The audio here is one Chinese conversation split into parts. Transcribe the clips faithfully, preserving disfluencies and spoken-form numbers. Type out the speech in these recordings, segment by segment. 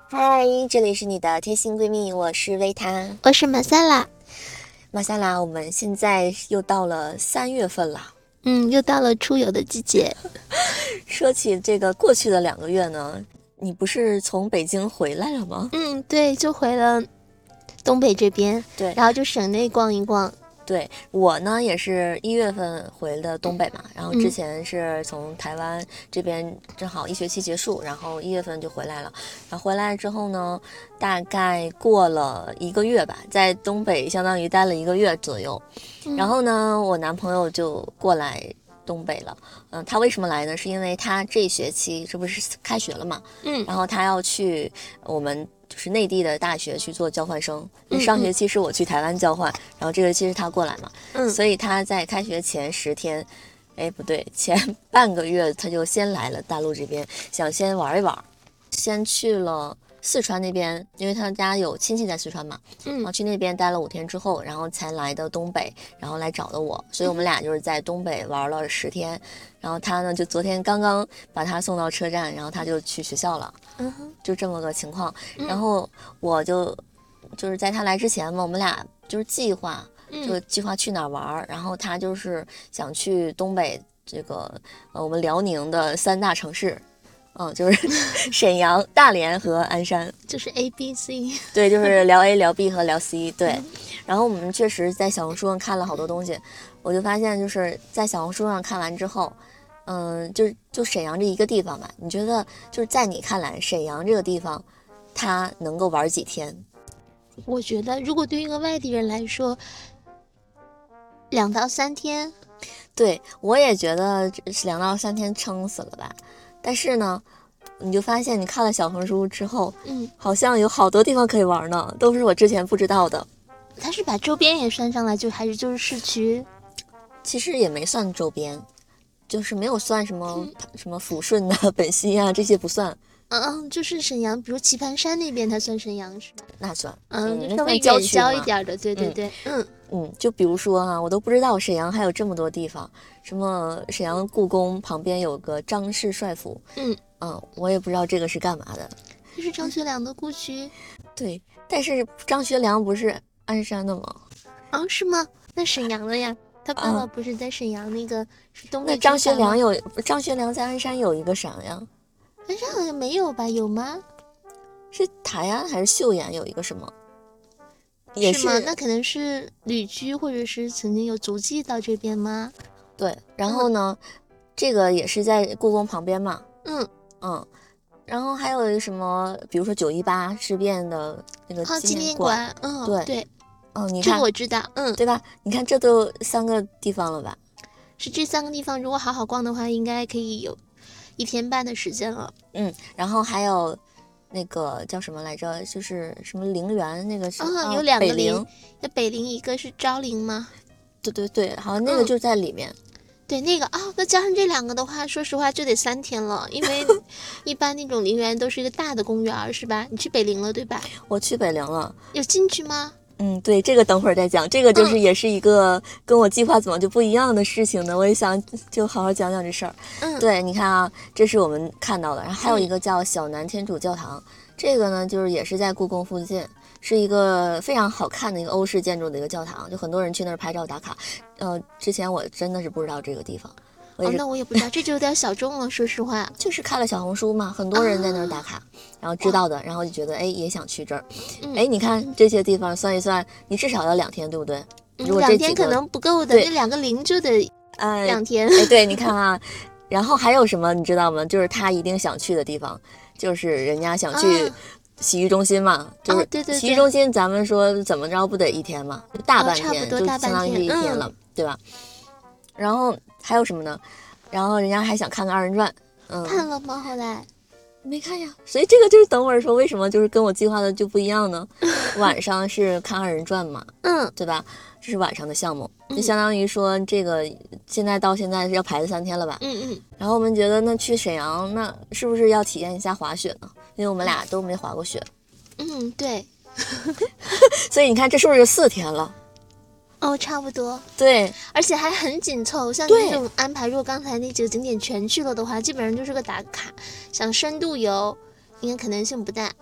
嗨，这里是你的贴心闺蜜，我是维塔， 我是马萨拉。 马萨拉，我们现在又到了三月份了， 嗯，又到了出游的季节。 说起这个过去的两个月呢，你不是从北京回来了吗？ 嗯，对，就回了东北这边， 对， 然后就省内逛一逛。 对，我呢也是一月份回的东北嘛，然后之前是从台湾这边正好一学期结束，然后一月份就回来了。然后回来之后呢，大概过了一个月吧，在东北相当于待了一个月左右。 嗯、 然后呢，我男朋友就过来东北了。嗯，他为什么来呢？是因为他这一学期这不是开学了嘛， 嗯， 然后他要去我们就是内地的大学去做交换生。嗯、上学期是我去台湾交换，然后这个期是他过来嘛， 嗯， 所以他在开学前十天，哎不对，前半个月他就先来了大陆这边，想先玩一玩，先去了四川那边，因为他家有亲戚在四川嘛， 嗯， 然后去那边待了五天之后，然后才来的东北，然后来找的我，所以我们俩就是在东北玩了十天，然后他呢就昨天刚刚把他送到车站，然后他就去学校了， 嗯哼， 就这么个情况，然后我就就是在他来之前嘛，我们俩就是计划，就计划去哪儿玩，然后他就是想去东北这个呃我们辽宁的三大城市。嗯，就是沈阳、大连和鞍山， 就是 A B C， 对，就是辽 A、辽 B 和辽 C， 对。然后我们确实在小红书上看了好多东西，我就发现就是在小红书上看完之后，嗯，就就沈阳这一个地方吧，你觉得就是在你看来，沈阳这个地方，它能够玩几天？ 我觉得如果对于一个外地人来说，两到三天。 对，我也觉得两到三天撑死了吧。但是呢，你就发现你看了小红书之后， 嗯， 好像有好多地方可以玩呢，都是我之前不知道的。 他是把周边也算上来，就还是就是市区？ 其实也没算周边，就是没有算什么、嗯、什么抚顺啊、本溪啊这些不算。 嗯嗯，就是沈阳，比如棋盘山那边，它算沈阳是吧？ 那算， 嗯，就稍微远郊一点的，对对对，嗯嗯，就比如说哈、啊，我都不知道沈阳还有这么多地方，什么沈阳故宫旁边有个张氏帅府， 嗯嗯，我也不知道这个是干嘛的。 这是张学良的故居。 对，但是张学良不是鞍山的吗？ 啊，是吗？那沈阳的呀，他爸爸不是在沈阳那个、啊、是东北。 那张学良有张学良在鞍山有一个啥呀？ 鞍山好像没有吧？有吗？ 是台安还是岫岩有一个什么？也是吗？那可能是旅居，或者是曾经有足迹到这边吗？ 对，然后呢，嗯、这个也是在故宫旁边嘛。 嗯嗯，然后还有一个什么，比如说九一八事变的那个纪念馆。哦、 嗯，对对， 哦，你看这个我知道，嗯， 对吧？你看这都三个地方了吧？ 是这三个地方，如果好好逛的话，应该可以有一天半的时间了。 嗯，然后还有。那个叫什么来着？就是什么陵园，那个是、 哦、有两个陵，那北陵一个是昭陵吗？ 对对对，好像那个就在里面。 嗯、对，那个啊、哦，那加上这两个的话，说实话就得三天了，因为一般那种陵园都是一个大的公园，是吧？你去北陵了，对吧？ 我去北陵了。 有进去吗？ 嗯，对，这个等会儿再讲。这个就是也是一个跟我计划怎么就不一样的事情呢？嗯、我也想就好好讲讲这事儿。 嗯， 对，你看啊，这是我们看到的，然后还有一个叫小南天主教堂，嗯、这个呢就是也是在故宫附近，是一个非常好看的一个欧式建筑的一个教堂，就很多人去那儿拍照打卡。呃，之前我真的是不知道这个地方。 哦，那我也不知道，这就有点小众了，说实话。 就是看了小红书嘛，很多人在那儿打卡，啊、然后知道的，然后就觉得哎也想去这儿。哎、嗯，你看这些地方算一算，你至少要两天，对不对？ 嗯、如果两天可能不够的，那两个陵就得呃两天。 哎，对，你看啊，然后还有什么你知道吗？就是他一定想去的地方，就是人家想去洗浴中心嘛，啊、就是对对， 洗浴中心，咱们说怎么着不得一天嘛，大半天， 哦、 就相当于是一天了， 嗯、 对吧？然后还有什么呢？然后人家还想看个二人转，嗯， 看了吗？后来没看呀，所以这个就是等会儿说为什么就是跟我计划的就不一样呢？晚上是看二人转嘛， 嗯， 对吧？这是晚上的项目，就相当于说这个现在到现在是要排了三天了吧？ 嗯嗯。 然后我们觉得那去沈阳那是不是要体验一下滑雪呢？因为我们俩都没滑过雪。 嗯，对。 所以你看这是不是就四天了？ 哦，差不多。 对， 而且还很紧凑。像你这种安排，如果刚才那几个景点全去了的话，基本上就是个打卡。想深度游，应该可能性不大。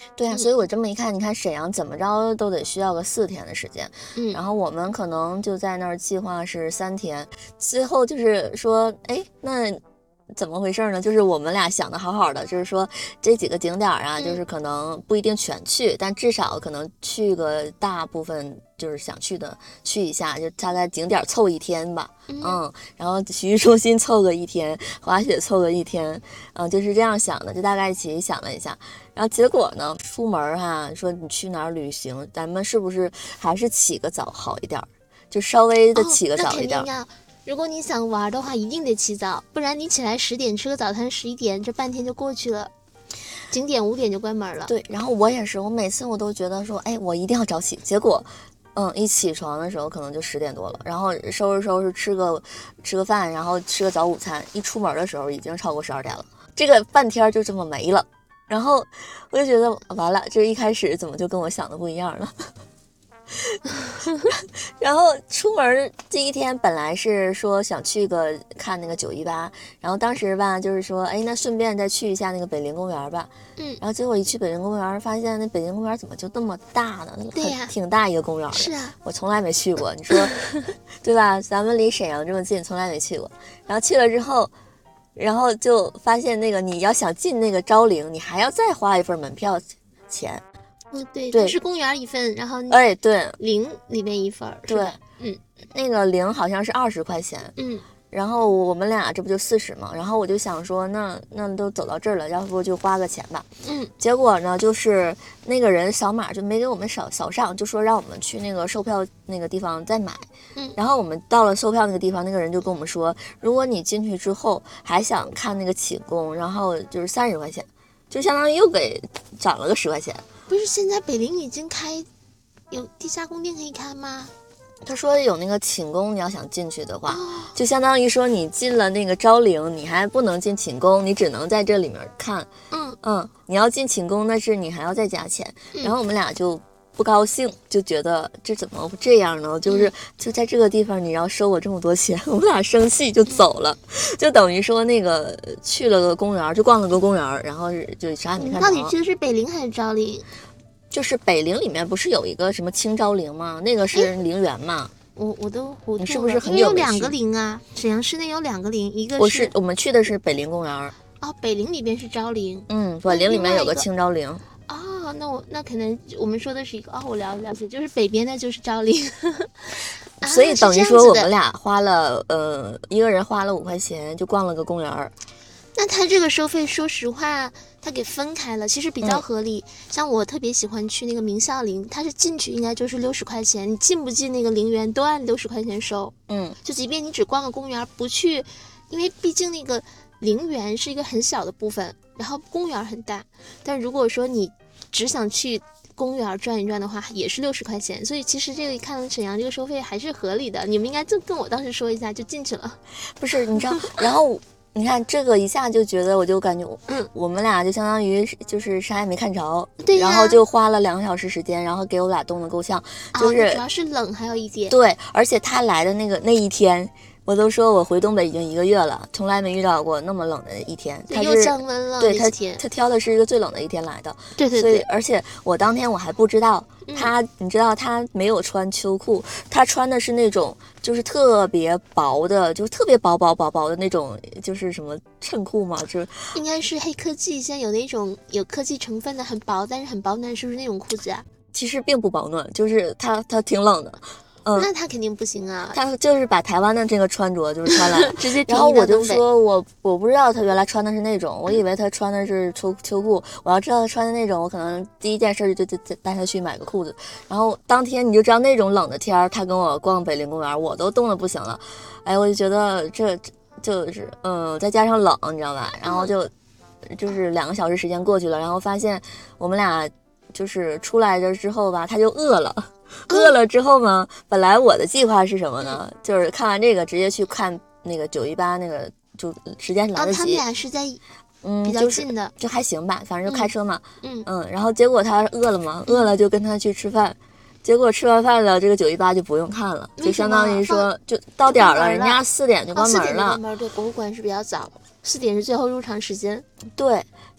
对啊， 嗯所以我这么一看，你看沈阳怎么着都得需要个四天的时间， 嗯， 然后我们可能就在那儿计划是三天，最后就是说，哎，那怎么回事呢？就是我们俩想的好好的，就是说这几个景点啊， 嗯就是可能不一定全去，但至少可能去个大部分，就是想去的去一下，就大概景点凑一天吧。 嗯嗯，然后洗浴中心凑个一天，滑雪凑个一天，嗯，就是这样想的，就大概一起想了一下，然后结果呢，出门哈、说你去哪儿旅行，咱们是不是还是起个早好一点儿，就稍微的哦， 起个那早一点儿。 肯定要。如果你想玩的话，一定得起早，不然你起来十点吃个早餐，十一点这半天就过去了，景点五点就关门了。 对，然后我也是，我每次我都觉得说，哎，我一定要早起，结果。嗯，一起床的时候可能就十点多了，然后收拾收拾吃个吃个饭，然后吃个早午餐，一出门的时候已经超过十二点了，这个半天就这么没了。然后我就觉得完了，这一开始怎么就跟我想的不一样了？然后出门这一天本来是说想去个看那个九一八，然后当时吧就是说，哎，那顺便再去一下那个北陵公园吧。 嗯， 然后结果一去北陵公园，发现那北陵公园怎么就那么大呢？ 对呀很挺大一个公园的。 是啊， 我从来没去过，你说对吧？咱们离沈阳这么近，从来没去过。然后去了之后，然后就发现那个你要想进那个昭陵，你还要再花一份门票钱。 嗯，对， 对就是公园一份，然后哎，对零里面一份儿，是对吧？嗯那个陵好像是二十块钱， 嗯然后我们俩这不就四十嘛，然后我就想说，那那都走到这儿了，要不就花个钱吧。 嗯结果呢，就是那个人扫码就没给我们扫扫上，就说让我们去那个售票那个地方再买。 嗯然后我们到了售票那个地方，那个人就跟我们说，如果你进去之后还想看那个寝宫，然后就是三十块钱，就相当于又给涨了个十块钱。 不是现在北陵已经开有地下宫殿可以看吗？ 他说有那个寝宫，你要想进去的话， 哦， 就相当于说你进了那个昭陵，你还不能进寝宫，你只能在这里面看。 嗯嗯，你要进寝宫，但是你还要再加钱。 嗯然后我们俩就不高兴，就觉得这怎么这样呢？就是就在这个地方你要收我这么多钱，我们俩生气就走了，就等于说那个去了个公园，就逛了个公园，然后就啥也没看你到底着。 去的是北陵还是昭陵？ 就是北陵里面不是有一个什么清昭陵吗？那个是陵园嘛。 我我都糊涂了， 你是不是很因为久没去有两个陵啊？沈阳市内有两个陵，一个我是我们去的是北陵公园。 哦，北陵里边是昭陵。 嗯，北陵里面有个清昭陵。 哦，那我那可能我们说的是一个哦，我了了解，就是北边的就是昭陵。啊所以等于是这样说子的我们俩花了呃一个人花了五块钱就逛了个公园儿。 那它这个收费，说实话，它给分开了，其实比较合理。 嗯、 像我特别喜欢去那个明孝陵，它是进去应该就是六十块钱，你进不进那个陵园都按六十块钱收。 嗯， 就即便你只逛个公园不去，因为毕竟那个陵园是一个很小的部分，然后公园很大。但如果说你只想去公园转一转的话，也是六十块钱。所以其实这个一看沈阳这个收费还是合理的，你们应该就跟我当时说一下就进去了。 不是，你知道，然后。你看这个一下就觉得，我就感觉， 嗯， 我们俩就相当于就是啥也没看着， 对呀， 然后就花了两个小时时间，然后给我俩冻得够呛，就是、 哦、主要是冷，还有一点， 对，而且他来的那个那一天，我都说我回东北已经一个月了，从来没遇到过那么冷的一天。他又降温了， 对他天他挑的是一个最冷的一天来的， 对对对， 所以而且我当天我还不知道他， 嗯、 你知道他没有穿秋裤，他穿的是那种就是特别薄的，就是特别薄薄薄薄的那种，就是什么衬裤嘛，就应该是黑科技，现在有那种有科技成分的很薄，但是很保暖，是不是那种裤子啊？ 其实并不保暖，就是它它挺冷的。嗯， 那他肯定不行啊！ 他就是把台湾的这个穿着就是穿来了， 直接。 然后我就说我我不知道他原来穿的是那种，我以为他穿的是秋秋裤。我要知道他穿的那种，我可能第一件事就就就带他去买个裤子。然后当天你就知道那种冷的天儿，他跟我逛北陵公园，我都冻得不行了。哎，我就觉得这就是嗯，再加上冷，你知道吧？然后就就是两个小时时间过去了，然后发现我们俩就是出来了之后吧，他就饿了。饿了之后呢，本来我的计划是什么呢？就是看完这个直接去看那个九一八那个，就时间是来得及。 哦，他们俩是在嗯比较近的， 就还行吧，反正就开车嘛。 嗯嗯，然后结果他饿了嘛，饿了就跟他去吃饭。结果吃完饭了，这个九一八就不用看了，就相当于说就到点了，人家四点就关门了。 关门，对，博物馆是比较早，四点是最后入场时间。 对，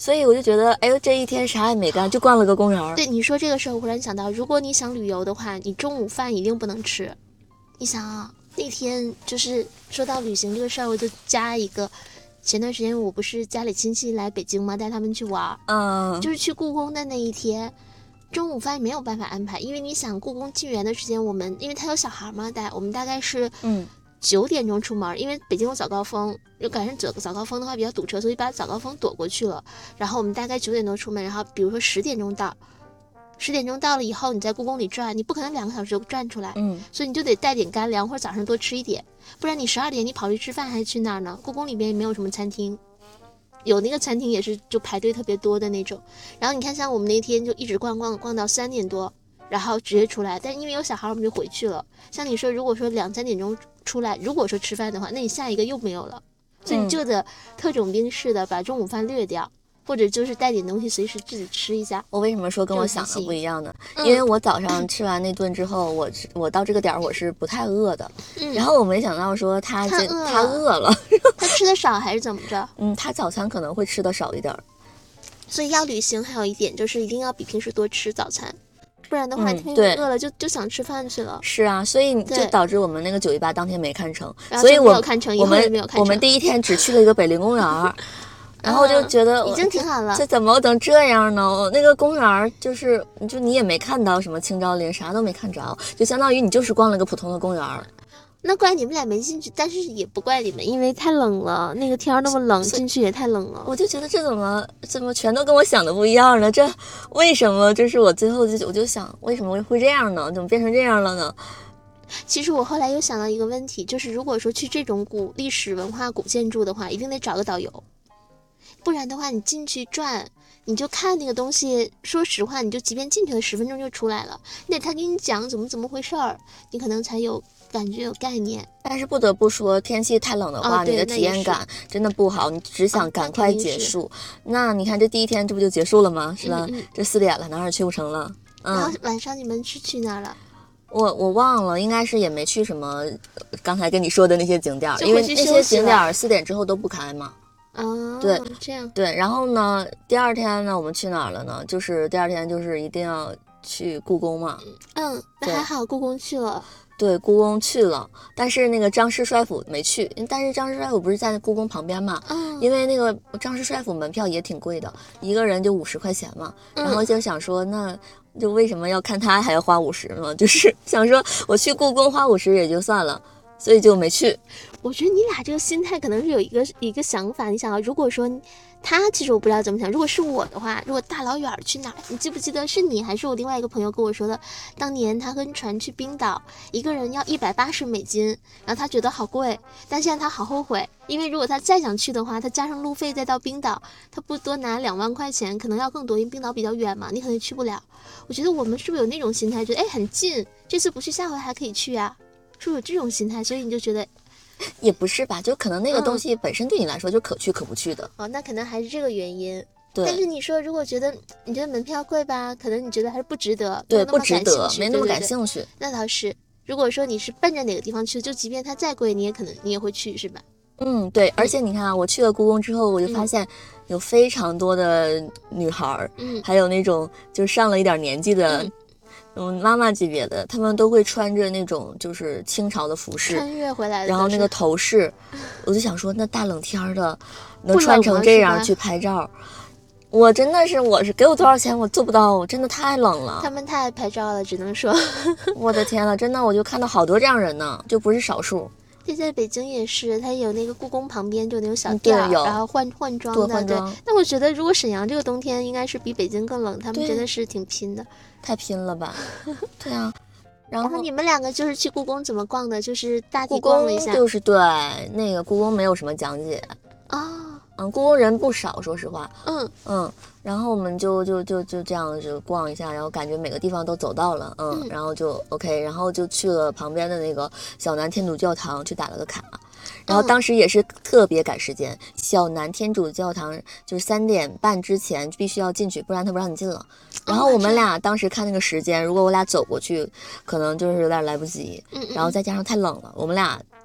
所以我就觉得，哎呦，这一天啥也没干，就逛了个公园。 对，你说这个时候，我忽然想到，如果你想旅游的话，你中午饭一定不能吃。你想啊，那天就是说到旅行这个事儿，我就加一个。前段时间我不是家里亲戚来北京吗？带他们去玩， 嗯， 就是去故宫的那一天，中午饭没有办法安排，因为你想故宫进园的时间，我们因为他有小孩嘛，带我们大概是嗯九点钟出门，因为北京有早高峰，就赶上早早高峰的话比较堵车，所以把早高峰躲过去了。然后我们大概九点多出门，然后比如说十点钟到。十点钟到了以后，你在故宫里转，你不可能两个小时就转出来，嗯，所以你就得带点干粮或者早上多吃一点，不然你十二点你跑去吃饭还是去哪儿呢？故宫里边也没有什么餐厅，有那个餐厅也是就排队特别多的那种。然后你看，像我们那天就一直逛逛逛到三点多，然后直接出来，但因为有小孩，我们就回去了。像你说，如果说两三点钟出来，如果说吃饭的话，那你下一个又没有了，所以你就得特种兵式的把中午饭略掉。或者就是带点东西随时自己吃一下。 我为什么说跟我想的不一样呢？嗯、因为我早上吃完那顿之后，我我到这个点儿我是不太饿的，嗯、然后我没想到说他他饿他饿了， 他吃的少还是怎么着？ 嗯，他早餐可能会吃的少一点。 所以要旅行还有一点就是一定要比平时多吃早餐。不然的话，天天饿了就就想吃饭去了。 是啊，所以就导致我们那个九一八当天没看成， 所以我看成我们没有看成我们第一天只去了一个北陵公园。然后就觉得、 嗯、已经挺好了， 这怎么能这样呢？那个公园就是，就你也没看到什么清昭陵，啥都没看着，就相当于你就是逛了个普通的公园。 那怪你们俩没进去，但是也不怪你们，因为太冷了，那个天那么冷，进去也太冷了。 我就觉得这怎么怎么全都跟我想的不一样呢？这为什么？就是我最后就我就想，为什么会这样呢？怎么变成这样了呢？ 其实我后来又想到一个问题，就是如果说去这种古历史文化古建筑的话，一定得找个导游。不然的话，你进去转，你就看那个东西。说实话，你就即便进去了十分钟就出来了，你得他给你讲怎么怎么回事儿，你可能才有感觉有概念。 但是不得不说，天气太冷的话， 哦、 你的体验感真的不好，你只想赶快结束。哦、那, 那你看这第一天这不就结束了吗？是吧？嗯嗯、这四点了，哪儿也去不成了。嗯、 然后晚上你们是去哪了？ 我我忘了，应该是也没去什么刚才跟你说的那些景点，因为那些景点四点之后都不开嘛。 哦， 对， 这样对，然后呢，第二天呢，我们去哪儿了呢？就是第二天就是一定要去故宫嘛。 嗯，那还好，故宫去了。 对，故宫去了，但是那个张氏帅府没去，但是张氏帅府不是在故宫旁边嘛？嗯，因为那个张氏帅府门票也挺贵的，一个人就五十块钱嘛。然后就想说，那就为什么要看他还要花五十呢？就是想说，我去故宫花五十也就算了。所以就没去。 我觉得你俩这个心态可能是有一个一个想法，你想啊，如果说他其实我不知道怎么想，如果是我的话，如果大老远去哪儿，你记不记得是你还是我另外一个朋友跟我说的，当年他跟船去冰岛，一个人要一百八十美金，然后他觉得好贵，但现在他好后悔，因为如果他再想去的话，他加上路费再到冰岛，他不多拿两万块钱，可能要更多，因为冰岛比较远嘛，你可能去不了。我觉得我们是不是有那种心态，觉得哎很近，这次不去下回还可以去啊，是不是有这种心态？所以你就觉得。 也不是吧，就可能那个东西本身对你来说就可去可不去的、 嗯、哦，那可能还是这个原因。 对， 但是你说如果觉得你觉得门票贵吧，可能你觉得还是不值得， 对，不值得，没那么感兴趣。 对对对，那倒是。如果说你是奔着哪个地方去，就即便它再贵，你也可能你也会去，是吧？ 嗯，对。而且你看啊，我去了故宫之后，我就发现有非常多的女孩，嗯，还有那种就上了一点年纪的。嗯嗯，妈妈级别的，他们都会穿着那种就是清朝的服饰， 穿越回来的， 然后那个头饰，我就想说，那大冷天的，能穿成这样去拍照，我真的是，我是给我多少钱我做不到，我真的太冷了。 他们太爱拍照了，只能说， 我的天了，真的，我就看到好多这样人呢，就不是少数。 这在北京也是，它有那个故宫旁边就那种小店、嗯，然后换换装的， 对。 那我觉得如果沈阳这个冬天应该是比北京更冷，他们真的是挺拼的， 太拼了吧？对啊。 然后, 然后你们两个就是去故宫怎么逛的？就是大体逛了一下。 就是对，那个故宫没有什么讲解啊、哦。 嗯，故宫人不少，说实话。 嗯嗯，然后我们就就就就这样就逛一下，然后感觉每个地方都走到了，嗯，嗯然后就 OK， 然后就去了旁边的那个小南天主教堂去打了个卡，然后当时也是特别赶时间，嗯、小南天主教堂就是三点半之前必须要进去，不然他不让你进了。然后我们俩当时看那个时间，如果我俩走过去，可能就是有点来不及，嗯嗯然后再加上太冷了，我们俩。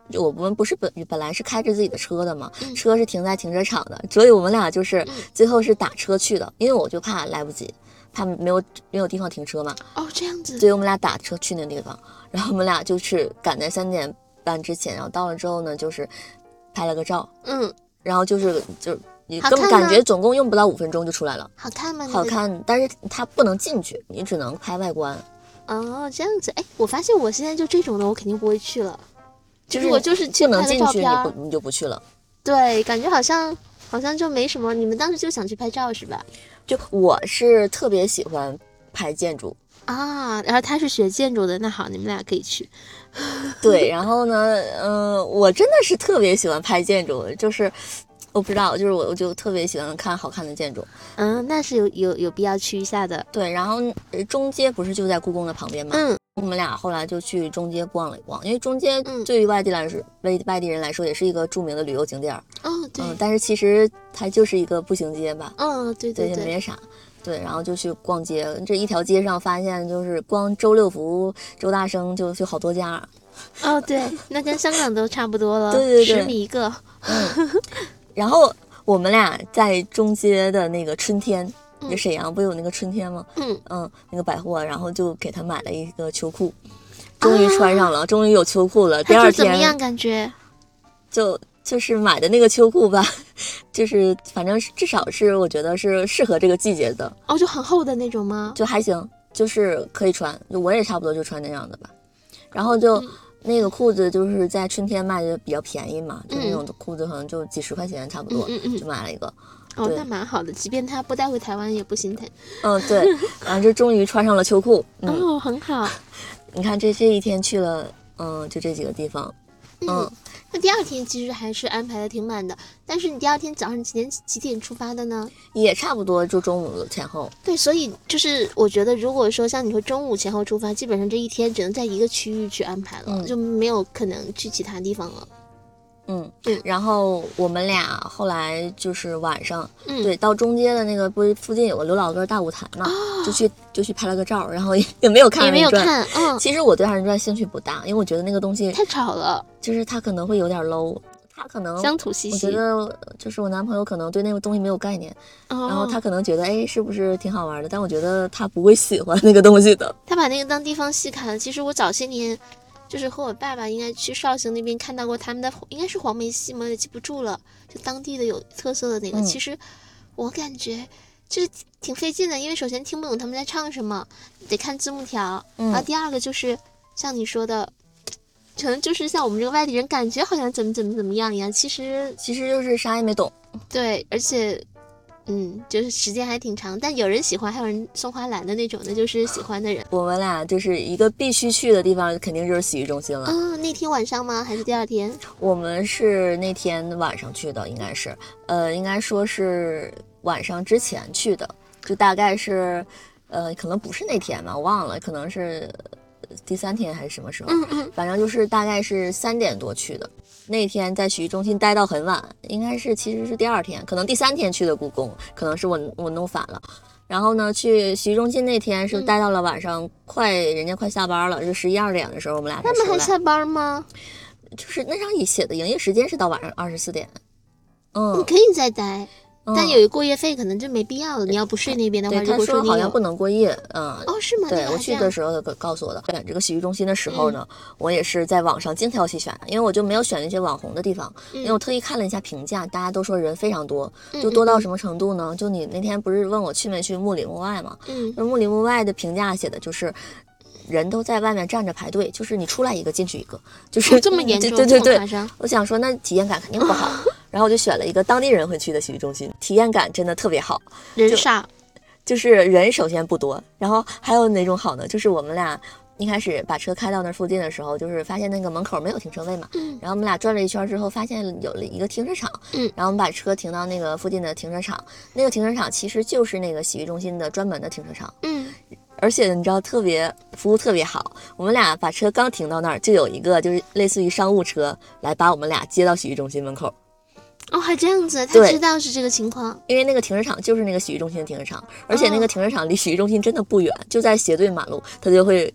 就我们不是本本来是开着自己的车的嘛， 嗯车是停在停车场的，所以我们俩就是嗯最后是打车去的，因为我就怕来不及，怕没有没有地方停车嘛， 哦，这样子。 所以我们俩打车去那个地方，然后我们俩就是赶在三点半之前，然后到了之后呢，就是拍了个照， 嗯， 然后就是就你好看吗根本感觉总共用不到五分钟就出来了， 好看吗？那个好看，但是它不能进去，你只能拍外观。 哦，这样子。哎，我发现我现在就这种的，我肯定不会去了。 就是如果就是去不能拍个进去，你照片儿不你就不去了。 对，感觉好像好像就没什么。你们当时就想去拍照是吧？ 就我是特别喜欢拍建筑， 啊，然后他是学建筑的，那好，你们俩可以去。 对，然后呢，嗯、我真的是特别喜欢拍建筑，就是我不知道，就是我我就特别喜欢看好看的建筑。 嗯，那是有有有必要去一下的。 对，然后呃中街不是就在故宫的旁边吗？ 嗯我们俩后来就去中街逛了一逛，因为中街嗯对于外地来说，外外地人来说也是一个著名的旅游景点儿。 哦，对， 嗯，但是其实它就是一个步行街吧。 嗯，对对， 对对， 也没啥。对，然后就去逛街，这一条街上发现就是光周六福、周大生就就好多家。 哦对，那跟香港都差不多了， 对对对十米一个。 嗯，然后我们俩在中街的那个春天， 嗯就沈阳不有那个春天吗？ 嗯， 嗯，那个百货，然后就给他买了一个秋裤，终于穿上了，终于有秋裤了。第他二就怎么样天感觉？ 就就是买的那个秋裤吧，就是反正是至少是我觉得是适合这个季节的， 哦，就很厚的那种吗？ 就还行，就是可以穿，就我也差不多就穿那样的吧。然后就、 嗯那个裤子就是在春天卖的比较便宜嘛，就那种裤子可能就几十块钱差不多， 嗯嗯嗯就买了一个。 哦， 对那蛮好的，即便他不带回台湾也不心疼。 嗯，对，然后就终于穿上了秋裤。嗯， 哦，很好。 你看这这一天去了，嗯，就这几个地方。嗯， 那第二天其实还是安排的挺满的，但是你第二天早上几点几点出发的呢？ 也差不多就中午前后。 对，所以就是我觉得，如果说像你说中午前后出发，基本上这一天只能在一个区域去安排了， 嗯就没有可能去其他地方了。 嗯嗯， 然后我们俩后来就是晚上， 嗯， 对，到中街的那个不是附近有个刘老根大舞台嘛， 哦就去就去拍了个照，然后也也没有看也没有二人转。 看，嗯， 其实我对二人转兴趣不大，因为我觉得那个东西太吵了， 就是它可能会有点 low，他可能乡土气息。 我觉得就是我男朋友可能对那个东西没有概念， 哦、 然后他可能觉得哎是不是挺好玩的，但我觉得他不会喜欢那个东西的。 他把那个当地方戏看了。其实我早些年就是和我爸爸应该去绍兴那边看到过他们的，应该是黄梅戏吗？也记不住了，就当地的有特色的那个。 嗯其实我感觉就是挺费劲的，因为首先听不懂他们在唱什么，得看字幕条， 嗯然后第二个就是像你说的。可能就是像我们这个外地人，感觉好像怎么怎么怎么样一样，其实其实就是啥也没懂。 对，而且，嗯，就是时间还挺长，但有人喜欢，还有人送花篮的那种，那就是喜欢的人。 我们俩就是一个必须去的地方，肯定就是洗浴中心了。 啊、那天晚上吗？还是第二天？ 我们是那天晚上去的，应该是，呃，应该说是晚上之前去的，就大概是，呃，可能不是那天吧，我忘了，可能是第三天还是什么时候， 嗯嗯， 反正就是大概是三点多去的。那天在洗浴中心待到很晚，应该是其实是第二天，可能第三天去的故宫，可能是我我弄反了。然后呢，去洗浴中心那天是待到了晚上快，人家快下班了，就十一二点的时候，我们俩才他们出来。 还下班吗？ 就是那张写的营业时间是到晚上二十四点。嗯， 你可以再待， 嗯但有一过夜费可能就没必要了。你要不睡那边的话， 对，他如果你有说好像不能过夜。嗯， 哦，是吗？ 对我那个还这样去的时候，他告告诉我的。选这个洗浴中心的时候呢，我也是在网上精挑细选，因为我就没有选那些网红的地方，因为我特意看了一下评价，大家都说人非常多，就多到什么程度呢？就你那天不是问我去没去墓里墓外吗？ 嗯， 就是墓里墓外的评价写的就是。人都在外面站着排队，就是你出来一个进去一个，就是、 哦、这么严重， 对对对这么夸张。 我想说，那体验感肯定不好，然后我就选了一个当地人会去的洗浴中心，体验感真的特别好， 人少， 就是人首先不多，然后还有哪种好呢？就是我们俩一开始把车开到那附近的时候，就是发现那个门口没有停车位嘛， 嗯， 然后我们俩转了一圈之后，发现有了一个停车场， 嗯， 然后我们把车停到那个附近的停车场，那个停车场其实就是那个洗浴中心的专门的停车场， 嗯。 而且你知道特别服务特别好，我们俩把车刚停到那儿，就有一个就是类似于商务车来把我们俩接到洗浴中心门口。 哦，还这样子，他对知道是这个情况， 因为那个停车场就是那个洗浴中心的停车场，而且那个停车场离洗浴中心真的不远，就在斜对马路，他就会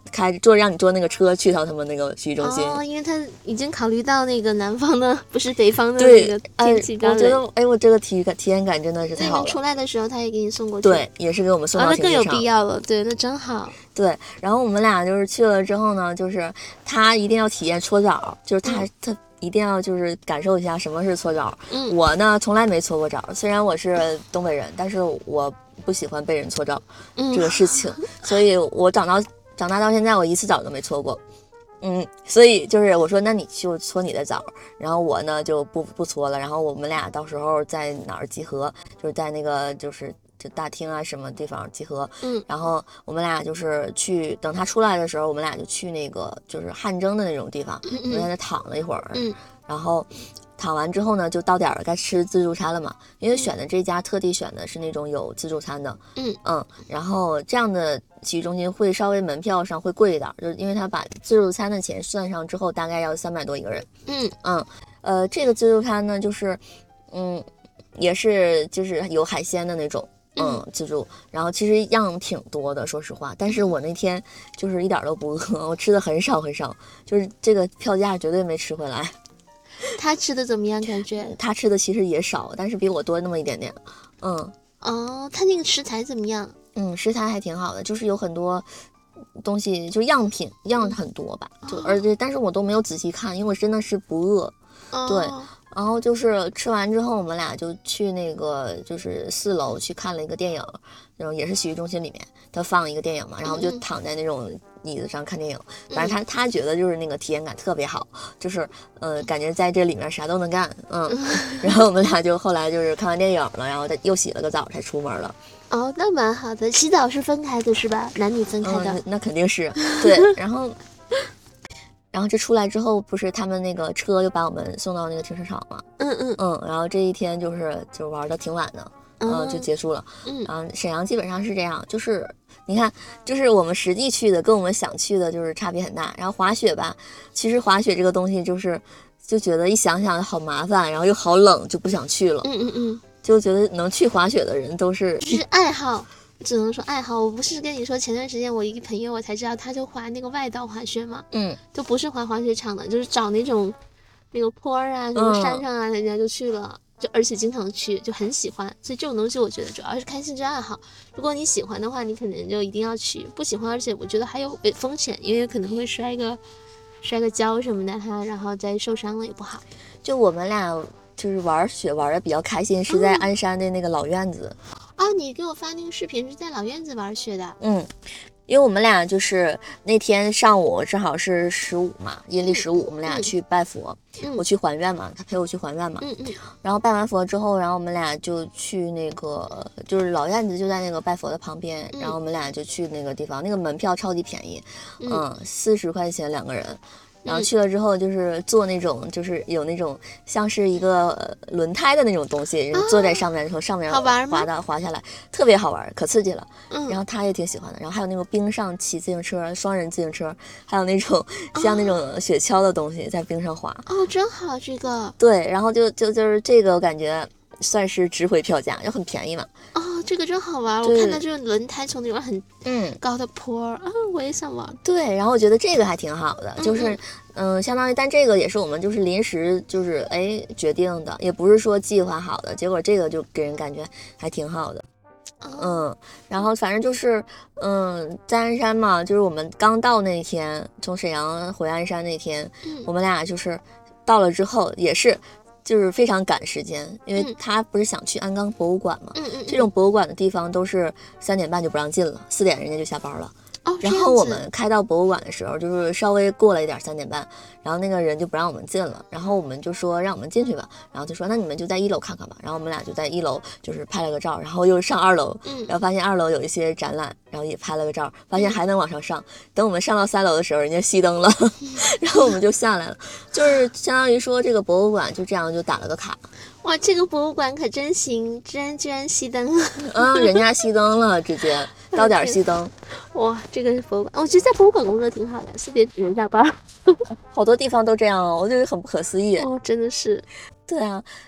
开坐让你坐那个车去到他们那个洗浴中心。 哦，因为他已经考虑到那个南方的不是北方的那对个，天气高哎，我觉冷。 得，哎，我这个体感体验感真的是太好了。 那你们出来的时候，他也给你送过去。 对，也是给我们送啊， 到停车场。 那更有必要了。对，那真好。 对，然后我们俩就是去了之后呢，就是他一定要体验搓澡，就是他、 嗯他一定要就是感受一下什么是搓澡。 嗯我呢从来没搓过澡，虽然我是东北人，但是我不喜欢被人搓澡、 嗯这个事情，所以我长到长大到现在，我一次澡都没搓过。嗯，所以就是我说，那你就搓你的澡，然后我呢就不不搓了，然后我们俩到时候在哪儿集合，就是在那个就是就大厅啊什么地方集合， 嗯然后我们俩就是去等他出来的时候，我们俩就去那个就是汗蒸的那种地方， 嗯我们在那躺了一会儿， 嗯然后躺完之后呢，就到点儿了，该吃自助餐了嘛。因为选的这家特地选的是那种有自助餐的， 嗯嗯，然后这样的洗浴中心会稍微门票上会贵一点，就是因为他把自助餐的钱算上之后，大概要三百多一个人。 嗯嗯，呃，这个自助餐呢，就是嗯，也是就是有海鲜的那种。嗯，自助，然后其实样挺多的，说实话，但是我那天就是一点都不饿，我吃的很少很少，就是这个票价绝对没吃回来。 他吃的怎么样？感觉？ 他吃的其实也少，但是比我多那么一点点。嗯哦，他那个食材怎么样？ 嗯，食材还挺好的，就是有很多东西，就样品样很多吧，就而且但是我都没有仔细看，因为我真的是不饿。 哦、 对，然后就是吃完之后，我们俩就去那个就是四楼去看了一个电影，然后也是洗浴中心里面，他放一个电影嘛，然后我就躺在那种椅子上看电影。反正他他觉得就是那个体验感特别好，就是呃感觉在这里面啥都能干，嗯。然后我们俩就后来就是看完电影了，然后再又洗了个澡才出门了。 哦，那蛮好的。洗澡是分开的是吧？男女分开的。 嗯、那肯定是对，然后。然后这出来之后，不是他们那个车就把我们送到那个停车场嘛？ 嗯嗯嗯，然后这一天就是就玩的挺晚的，嗯、呃，就结束了。 嗯， 然后沈阳基本上是这样，就是你看，就是我们实际去的跟我们想去的就是差别很大。然后滑雪吧，其实滑雪这个东西就是就觉得一想想好麻烦，然后又好冷，就不想去了。 嗯嗯嗯， 就觉得能去滑雪的人都是就是爱好。只能说爱好，我不是跟你说前段时间我一个朋友我才知道，他就滑那个外道滑雪嘛， 嗯， 就不是滑滑雪场的，就是找那种那个坡儿啊，什么山上啊，人家就去了，就而且经常去，就很喜欢。所以这种东西我觉得主要是看兴趣爱好，如果你喜欢的话，你可能就一定要去；不喜欢，而且我觉得还有风险，因为可能会摔个摔个跤什么的哈，然后再受伤了也不好。 就我们俩就是玩雪玩的比较开心，是在鞍山的那个老院子。 啊，你给我发那个视频是在老院子玩雪的？ 嗯，因为我们俩就是那天上午正好是十五嘛，阴历十五，我们俩去拜佛， 嗯、 我去还愿嘛，他陪我去还愿嘛。 嗯嗯。 然后拜完佛之后，然后我们俩就去那个，就是老院子就在那个拜佛的旁边， 嗯、 然后我们俩就去那个地方，那个门票超级便宜，嗯，四十块钱两个人。然后去了之后，就是坐那种，就是有那种像是一个轮胎的那种东西，人坐在上面，从上面滑到滑下来，特别好玩，可刺激了。 嗯， 然后他也挺喜欢的。然后还有那种冰上骑自行车，双人自行车，还有那种像那种雪橇的东西在冰上滑。 哦，真好，这个。 对，然后就就就是这个，我感觉算是值回票价，又很便宜嘛。 哦，这个真好玩！我看到这个轮胎从那种很嗯高的坡啊、嗯，我也想玩。 对，然后我觉得这个还挺好的，就是嗯、呃，相当于，但这个也是我们就是临时就是哎决定的，也不是说计划好的，结果这个就给人感觉还挺好的。 哦、 嗯，然后反正就是嗯，在鞍山嘛，就是我们刚到那天，从沈阳回鞍山那天， 嗯、 我们俩就是到了之后也是。就是非常赶时间，因为他不是想去鞍钢博物馆嘛， 嗯嗯， 这种博物馆的地方都是三点半就不让进了，四点人家就下班了。 哦， 然后我们开到博物馆的时候，就是稍微过了一点三点半，然后那个人就不让我们进了，然后我们就说让我们进去吧，然后他说那你们就在一楼看看吧，然后我们俩就在一楼就是拍了个照，然后又上二楼， 嗯， 然后发现二楼有一些展览，然后也拍了个照，发现还能往上上，等我们上到三楼的时候，人家熄灯了，然后我们就下来了，就是相当于说这个博物馆就这样就打了个卡。 哇，这个博物馆可真行，居然居然熄灯了。 嗯，人家熄灯了，直接到点熄灯。 哇，这个博物馆，我觉得在博物馆工作挺好的，四点人下班。 好多地方都这样哦，我觉得很不可思议。 哦，真的是。 对啊，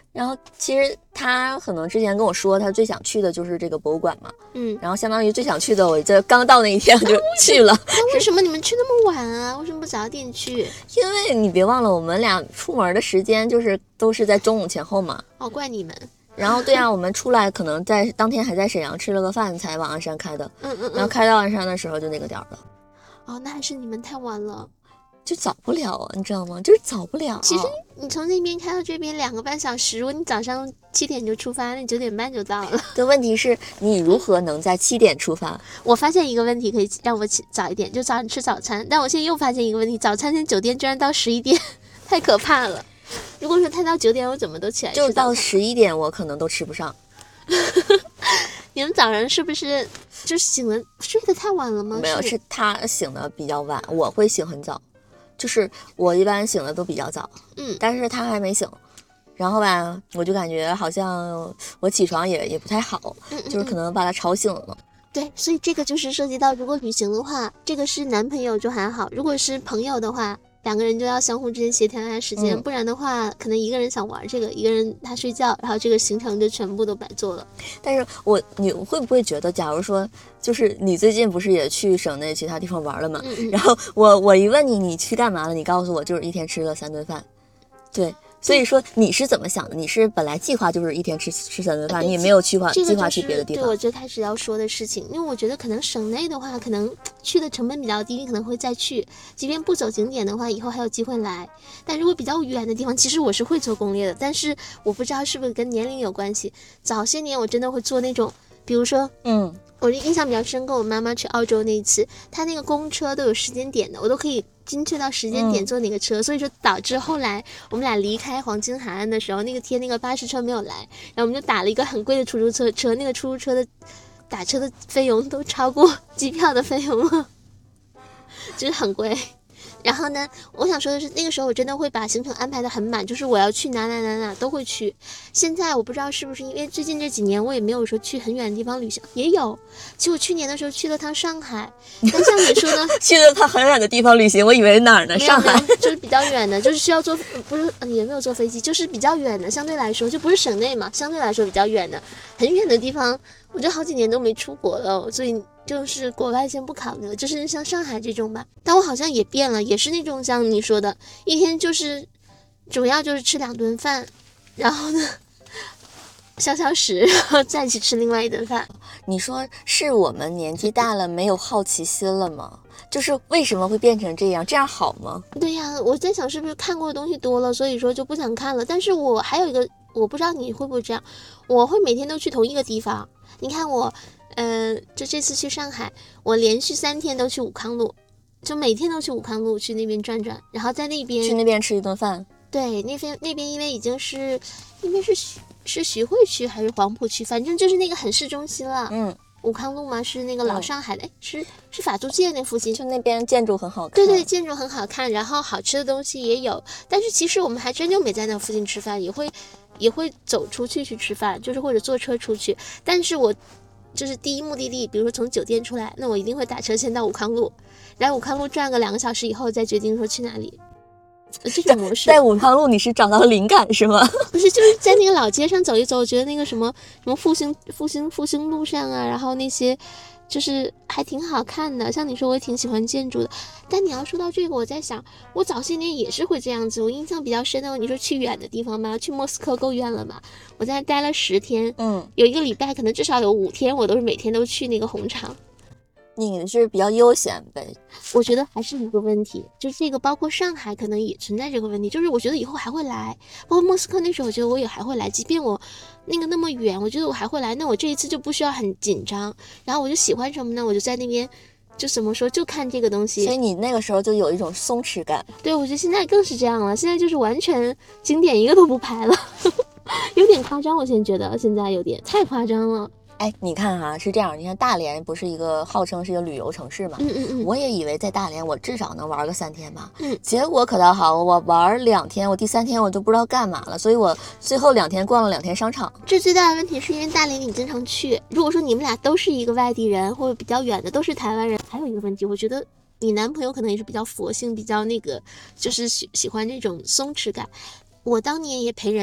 然后其实他可能之前跟我说，他最想去的就是这个博物馆嘛， 嗯， 然后相当于最想去的，我这刚到那一天我就去了。 那为什么你们去那么晚啊？为什么不早点去？ 因为你别忘了，我们俩出门的时间就是都是在中午前后嘛。 哦，怪你们。 然后对啊，我们出来可能在当天还在沈阳吃了个饭，才往鞍山开的。 嗯嗯嗯。 然后开到鞍山的时候就那个点儿了。 哦，那还是你们太晚了。 就早不了啊，你知道吗？就是早不了。 其实你从那边开到这边两个半小时，如果你早上七点就出发，那你九点半就到了。 的问题是你如何能在七点出发？ 我发现一个问题，可以让我起早一点，就早上吃早餐。但我现在又发现一个问题，早餐在酒店居然到十一点，太可怕了。如果说他到九点，我怎么都起来吃早餐？ 就到十一点，我可能都吃不上。 你们早上是不是就醒了，睡得太晚了吗？ 没有，是他醒的比较晚，我会醒很早。就是我一般醒的都比较早， 嗯， 但是他还没醒，然后吧，我就感觉好像我起床也也不太好， 嗯嗯嗯就是可能把他吵醒了。 对，所以这个就是涉及到，如果旅行的话，这个是男朋友就还好，如果是朋友的话，两个人就要相互之间协调一下时间，嗯、不然的话，可能一个人想玩这个，一个人他睡觉，然后这个行程就全部都白做了。 但是我你会不会觉得，假如说，就是你最近不是也去省内其他地方玩了吗？ 嗯嗯， 然后我我一问你你去干嘛了，你告诉我就是一天吃了三顿饭，对。所以说你是怎么想的？你是本来计划就是一天吃吃三顿饭，你也没有计划、 这个就是、 计划去别的地方。 对，我最开始要说的事情，因为我觉得可能省内的话，可能去的成本比较低，你可能会再去，即便不走景点的话，以后还有机会来。但如果比较远的地方，其实我是会做攻略的，但是我不知道是不是跟年龄有关系。早些年我真的会做那种，比如说， 嗯， 我印象比较深，跟我妈妈去澳洲那一次，她那个公车都有时间点的，我都可以精确到时间点坐哪个车、嗯、所以说导致后来我们俩离开黄金海岸的时候，那个天那个巴士车没有来，然后我们就打了一个很贵的出租车车，那个出租车的打车的费用都超过机票的费用了，就是很贵。然后呢，我想说的是，那个时候我真的会把行程安排的很满，就是我要去哪哪哪哪都会去。现在我不知道是不是因为最近这几年我也没有说去很远的地方旅行，也有。其实我去年的时候去了趟上海，但像你说的， 去了趟很远的地方旅行，我以为哪儿呢？上海， 就是比较远的，就是需要坐，不是也没有坐飞机，就是比较远的，相对来说就不是省内嘛，相对来说比较远的，很远的地方，我就好几年都没出国了，所以。就是国外先不考虑了，就是像上海这种吧，但我好像也变了，也是那种像你说的，一天就是主要就是吃两顿饭，然后呢消消食，然后再去吃另外一顿饭。 你说是我们年纪大了没有好奇心了吗？就是为什么会变成这样？这样好吗？ 对呀，我在想是不是看过的东西多了，所以说就不想看了。但是我还有一个，我不知道你会不会这样，我会每天都去同一个地方。你看我。嗯、呃，就这次去上海，我连续三天都去武康路，就每天都去武康路去那边转转，然后在那边去那边吃一顿饭。 对，那边那边因为已经是那边是徐是徐汇区还是黄浦区，反正就是那个很市中心了。 嗯， 武康路嘛，是那个老上海的，嗯、是是法租界那附近， 就那边建筑很好看。 对对，建筑很好看，然后好吃的东西也有，但是其实我们还真就没在那附近吃饭，也会也会走出去去吃饭，就是或者坐车出去，但是我。就是第一目的地，比如说从酒店出来，那我一定会打车先到武康路，然后武康路转个两个小时以后再决定说去哪里。这种模式在武康路你是找到灵感是吗？ 不是，就是在那个老街上走一走，我觉得那个什么什么复兴复兴复兴路上啊，然后那些就是还挺好看的。像你说我也挺喜欢建筑的，但你要说到这个，我在想我早些年也是会这样子。我印象比较深的，你说去远的地方吧，去莫斯科够远了吧？我在那待了十天， 嗯， 有一个礼拜，可能至少有五天，我都是每天都去那个红场。 你是比较悠闲呗？ 我觉得还是一个问题，就这个包括上海可能也存在这个问题，就是我觉得以后还会来，包括莫斯科那时候我觉得我也还会来，即便我那个那么远，我觉得我还会来，那我这一次就不需要很紧张，然后我就喜欢什么呢？我就在那边就怎么说就看这个东西， 所以你那个时候就有一种松弛感。 对，我觉得现在更是这样了，现在就是完全景点一个都不排了有点夸张，我现在觉得现在有点太夸张了。 哎，你看哈、啊，是这样，你看大连不是一个号称是一个旅游城市嘛？ 嗯嗯嗯， 我也以为在大连我至少能玩个三天吧。 嗯， 结果可倒好，我玩两天，我第三天我就不知道干嘛了，所以我最后两天逛了两天商场。 这最大的问题是因为大连你经常去，如果说你们俩都是一个外地人或者比较远的都是台湾人，还有一个问题，我觉得你男朋友可能也是比较佛性，比较那个就是喜喜欢这种松弛感。我当年也陪人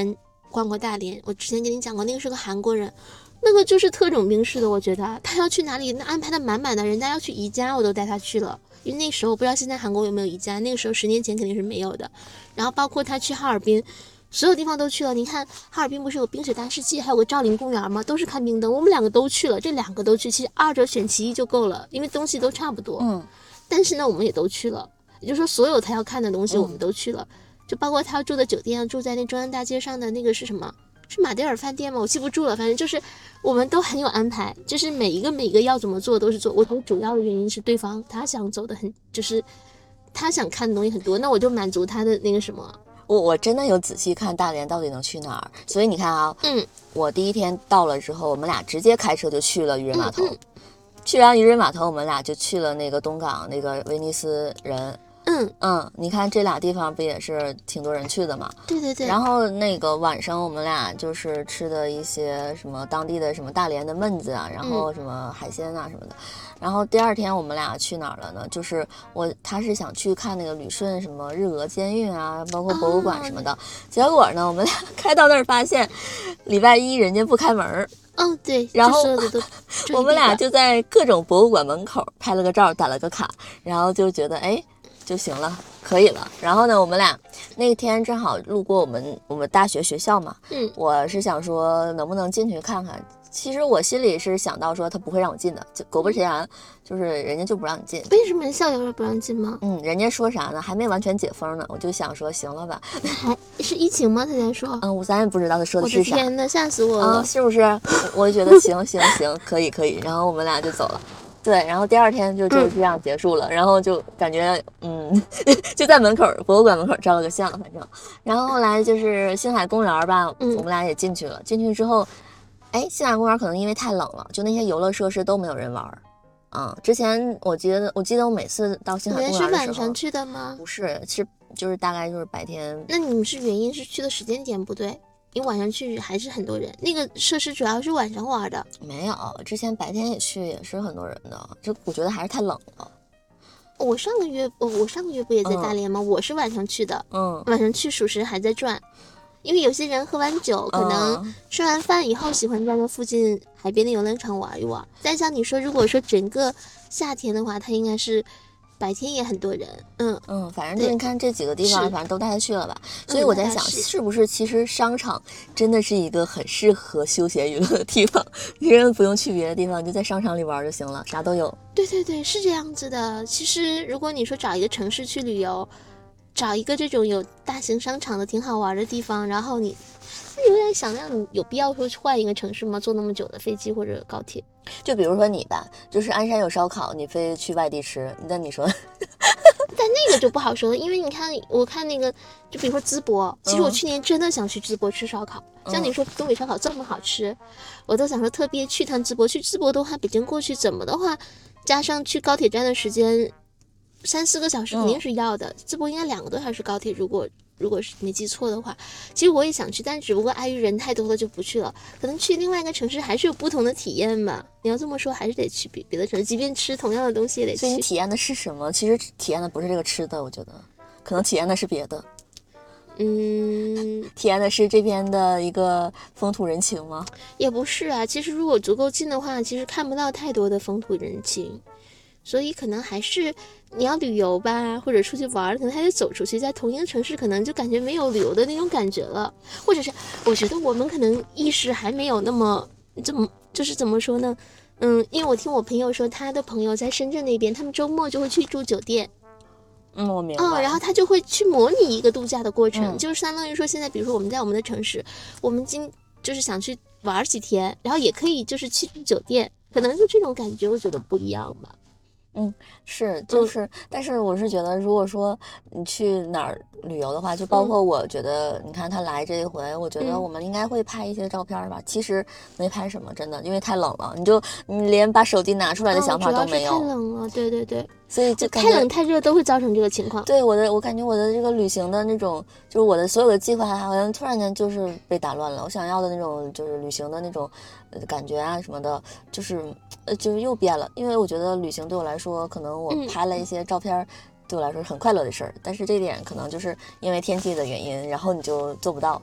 逛过大连，我之前跟你讲过，那个是个韩国人，那个就是特种兵式的，我觉得他要去哪里，那安排的满满的，人家要去宜家，我都带他去了。因为那时候我不知道现在韩国有没有宜家，那个时候十年前肯定是没有的。然后包括他去哈尔滨，所有地方都去了。你看哈尔滨不是有冰雪大世纪，还有个兆麟公园吗？都是看冰灯，我们两个都去了，这两个都去，其实二者选其一就够了，因为东西都差不多。 嗯， 但是呢，我们也都去了，也就是说所有他要看的东西我们都去了，嗯、就包括他住的酒店，住在那中央大街上的那个是什么？是马迭尔饭店吗？我记不住了，反正就是我们都很有安排，就是每一个每一个要怎么做都是做。我觉得主要的原因是对方他想走的很，就是他想看的东西很多，那我就满足他的那个什么。 我我真的有仔细看大连到底能去哪儿，所以你看啊， 嗯， 我第一天到了之后，我们俩直接开车就去了渔人码头， 嗯嗯、 去完渔人码头，我们俩就去了那个东港那个威尼斯人。 嗯嗯，你看这俩地方不也是挺多人去的嘛？ 对对对。 然后那个晚上我们俩就是吃的一些什么当地的什么大连的焖子啊，然后什么海鲜啊什么的。嗯、然后第二天我们俩去哪儿了呢？就是我他是想去看那个旅顺什么日俄监狱啊，包括博物馆什么的。哦、结果呢，我们俩开到那儿发现，礼拜一人家不开门。 哦，对， 然后我们俩就在各种博物馆门口拍了个照，打了个卡，然后就觉得哎。就行了，可以了。然后呢，我们俩那天正好路过我们我们大学学校嘛， 嗯， 我是想说能不能进去看看。其实我心里是想到说他不会让我进的，就果不其然，就是人家就不让你进。 为什么校友不让进吗？ 嗯，人家说啥呢？还没完全解封呢，我就想说行了吧。 还是疫情吗？他在说。 嗯，我咱也不知道他说的是啥。 我的天呐，吓死我了！ 嗯，是不是？我觉得行行行，可以可以。然后我们俩就走了。对，然后第二天就就这样结束了，嗯、然后就感觉嗯，就在门口博物馆门口照了个相，反正，然后后来就是星海公园吧， 嗯、 我们俩也进去了。进去之后，哎，星海公园可能因为太冷了，就那些游乐设施都没有人玩。嗯，之前我记得我记得我每次到星海公园的时候， 你是晚上去的吗？ 不是，是就是大概就是白天。 那你们是原因是去的时间点不对？你晚上去还是很多人，那个设施主要是晚上玩的。 没有，之前白天也去，也是很多人的。就我觉得还是太冷了。 我上个月，我我上个月不也在大连吗？嗯、我是晚上去的， 嗯， 晚上去属实还在转，因为有些人喝完酒，可能吃完饭以后喜欢在那附近海边的游乐场玩一玩。但像你说，如果说整个夏天的话，它应该是。白天也很多人，嗯嗯，反正就你看这几个地方，反正都带他去了吧。所以我在想，是不是其实商场真的是一个很适合休闲娱乐的地方？你人不用去别的地方，就在商场里玩就行了，啥都有。 对对对，是这样子的。其实如果你说找一个城市去旅游，找一个这种有大型商场的挺好玩的地方，然后你有点想让你有必要说去换一个城市吗？坐那么久的飞机或者高铁？ 就比如说你吧，就是鞍山有烧烤，你非去外地吃，那你说？ 但那个就不好说了，因为你看，我看那个，就比如说淄博，其实我去年真的想去淄博吃烧烤。嗯、像你说东北烧烤这么好吃，我都想说特别去趟淄博。去淄博的话，北京过去怎么的话，加上去高铁站的时间，三四个小时肯定是要的。嗯、淄博应该两个多小时高铁，如果。如果是没记错的话，其实我也想去，但只不过碍于人太多了就不去了。可能去另外一个城市还是有不同的体验吧。你要这么说，还是得去别别的城市，即便吃同样的东西也得去。 所以你体验的是什么？其实体验的不是这个吃的，我觉得可能体验的是别的。 嗯， 体验的是这边的一个风土人情吗？ 也不是啊。其实如果足够近的话，其实看不到太多的风土人情。所以可能还是你要旅游吧，或者出去玩，可能还得走出去，在同一个城市可能就感觉没有旅游的那种感觉了，或者是我觉得我们可能意识还没有那么这么就是怎么说呢，嗯，因为我听我朋友说，他的朋友在深圳那边，他们周末就会去住酒店。 嗯，我明白。 哦，然后他就会去模拟一个度假的过程，嗯、就是相当于说，现在比如说我们在我们的城市，我们今就是想去玩几天，然后也可以就是去住酒店，可能就这种感觉，我觉得不一样吧。 嗯，是，就是，嗯、但是我是觉得，如果说你去哪儿旅游的话，就包括我觉得，你看他来这一回，我觉得我们应该会拍一些照片吧。嗯、其实没拍什么，真的，因为太冷了，你就你连把手机拿出来的想法都没有。 哦、太冷了，对对对。 所以就太冷太热都会造成这个情况。 对我的，我感觉我的这个旅行的那种，就是我的所有的计划，好像突然间就是被打乱了。我想要的那种，就是旅行的那种呃感觉啊什么的，就是呃就是又变了。因为我觉得旅行对我来说，可能我拍了一些照片。嗯对我来说是很快乐的事儿，但是这点可能就是因为天气的原因，然后你就做不到。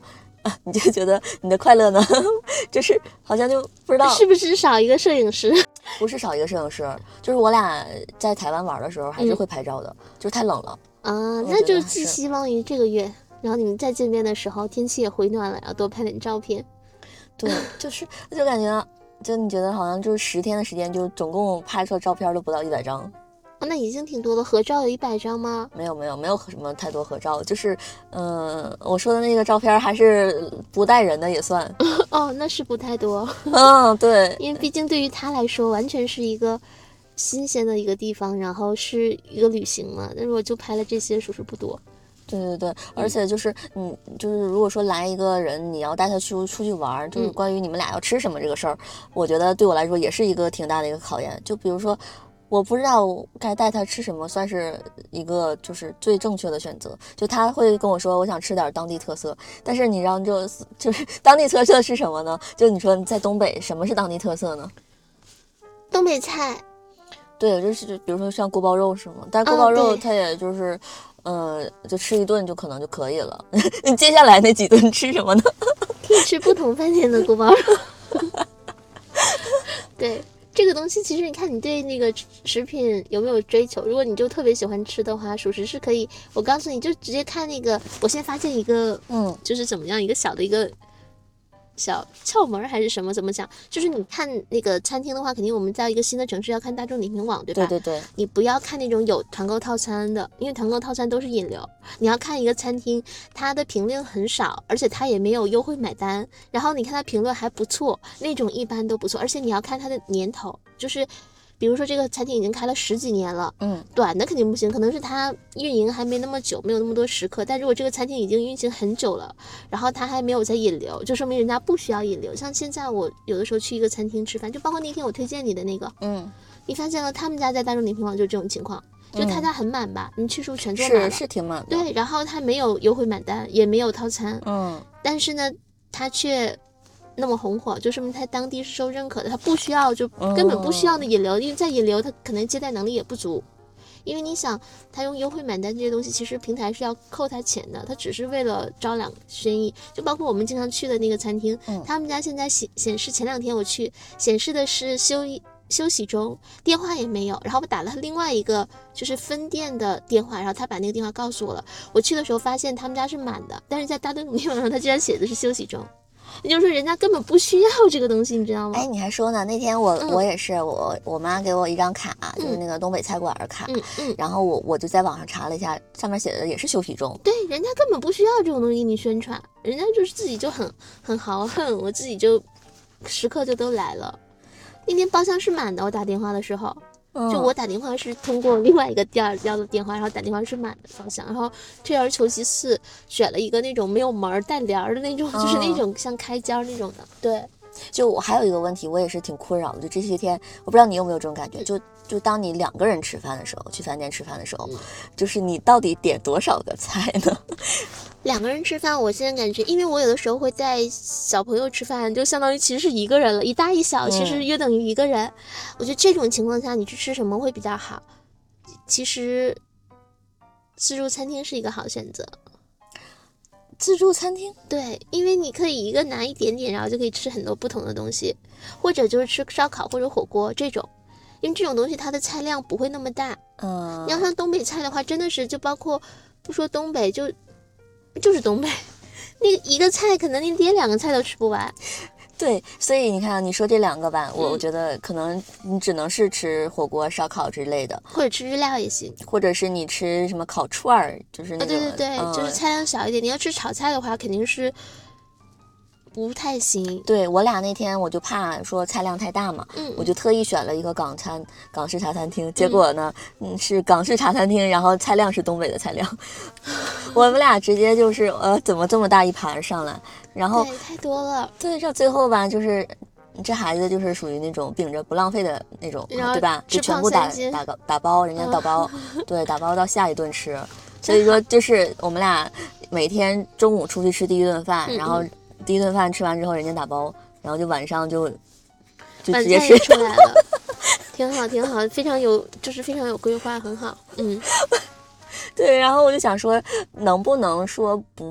你就觉得你的快乐呢，就是好像就不知道是不是少一个摄影师？ 不是少一个摄影师，就是我俩在台湾玩的时候还是会拍照的，嗯、就是太冷了啊，那就寄希望于这个月，然后你们再见面的时候天气也回暖了，然后多拍点照片。 对，就是就感觉就你觉得好像就是十天的时间，就总共拍出的照片都不到一百张。 哦，那已经挺多了。合照有一百张吗？ 没有没有没有什么太多合照，就是嗯、呃，我说的那个照片还是不带人的也算。 哦，那是不太多。 嗯，对， 因为毕竟对于他来说，完全是一个新鲜的一个地方，然后是一个旅行嘛。那如果就拍了这些，属实不多。 对对对，而且就是嗯，就是如果说来一个人，你要带他去出去玩，就是关于你们俩要吃什么这个事儿，嗯、我觉得对我来说也是一个挺大的一个考验。就比如说，我不知道该带他吃什么，算是一个就是最正确的选择。就他会跟我说，我想吃点当地特色，但是你知道就就是当地特色是什么呢？就你说在东北，什么是当地特色呢？ 东北菜。 对，就是比如说像锅包肉是吗？但是锅包肉它也就是。哦嗯，就吃一顿就可能就可以了。接下来那几顿吃什么呢？ 可以吃不同饭店的锅包肉。对，这个东西其实你看你对那个食品有没有追求？如果你就特别喜欢吃的话，属实是可以。我告诉你就直接看那个。我现在发现一个，嗯，就是怎么样一个小的一个。小窍门还是什么？怎么讲？就是你看那个餐厅的话，肯定我们在一个新的城市要看大众点评网，对吧？ 对对对。 你不要看那种有团购套餐的，因为团购套餐都是引流。你要看一个餐厅，它的评论很少，而且它也没有优惠买单。然后你看它评论还不错，那种一般都不错。而且你要看它的年头，就是。比如说这个餐厅已经开了十几年了，嗯，短的肯定不行，可能是它运营还没那么久，没有那么多食客。但如果这个餐厅已经运行很久了，然后它还没有在引流，就说明人家不需要引流。像现在我有的时候去一个餐厅吃饭，就包括那天我推荐你的那个，嗯，你发现了他们家在大众点评网就是这种情况，就他家很满吧，你去数全坐满了， 是是挺满的。 对，然后他没有优惠买单，也没有套餐，嗯，但是呢，他却。那么红火，就说明他当地是受认可的，他不需要，就根本不需要的引流，因为在引流他可能接待能力也不足，因为你想他用优惠买单这些东西，其实平台是要扣他钱的，他只是为了招揽生意。就包括我们经常去的那个餐厅，嗯、他们家现在显显示前两天我去显示的是休休息中，电话也没有，然后我打了另外一个就是分店的电话，然后他把那个电话告诉我了，我去的时候发现他们家是满的，但是在大众点评网上他居然写的是休息中。也就是说人家根本不需要这个东西，你知道吗？ 哎，你还说呢？那天我、嗯、我也是，我我妈给我一张卡，就是那个东北菜馆的卡，嗯嗯，然后我我就在网上查了一下，上面写的也是休息中。 对，人家根本不需要这种东西给你宣传，人家就是自己就很很豪横，我自己就时刻就都来了。那天包厢是满的，我打电话的时候。就我打电话是通过另外一个店要的电话，然后打电话是满的方向，然后退而求其次选了一个那种没有门带帘的那种，嗯、就是那种像开间那种的。对， 就我还有一个问题，我也是挺困扰的，就这些天，我不知道你有没有这种感觉，就就当你两个人吃饭的时候，去饭店吃饭的时候，嗯、就是你到底点多少个菜呢？ 两个人吃饭，我现在感觉，因为我有的时候会带小朋友吃饭，就相当于其实是一个人了，一大一小，其实约等于一个人。嗯、我觉得这种情况下，你去吃什么会比较好？其实，自助餐厅是一个好选择。 自助餐厅？ 对，因为你可以一个拿一点点，然后就可以吃很多不同的东西，或者就是吃烧烤或者火锅这种。因为这种东西它的菜量不会那么大。嗯。你要像东北菜的话，真的是就包括不说东北就。就是东北，那个一个菜可能你点两个菜都吃不完。 对，所以你看，你说这两个吧，嗯、我觉得可能你只能是吃火锅、烧烤之类的， 或者吃日料也行， 或者是你吃什么烤串儿，就是那种。 啊、对对对、嗯，就是菜量小一点。你要吃炒菜的话，肯定是。不太行。 对，我俩那天我就怕说菜量太大嘛，嗯，我就特意选了一个港餐港式茶餐厅，结果呢，嗯，是港式茶餐厅，然后菜量是东北的菜量，我们俩直接就是呃，怎么这么大一盘上来，然后对，太多了， 对，到最后吧，就是这孩子就是属于那种秉着不浪费的那种，对吧？就全部打打打打包，人家打包，嗯、对，打包到下一顿吃，所以说就是我们俩每天中午出去吃第一顿饭，嗯、然后。第一顿饭吃完之后，人家打包，然后就晚上就就直接吃出来了，挺好，挺好，非常有，就是非常有规划，很好。嗯， 对。然后我就想说，能不能说不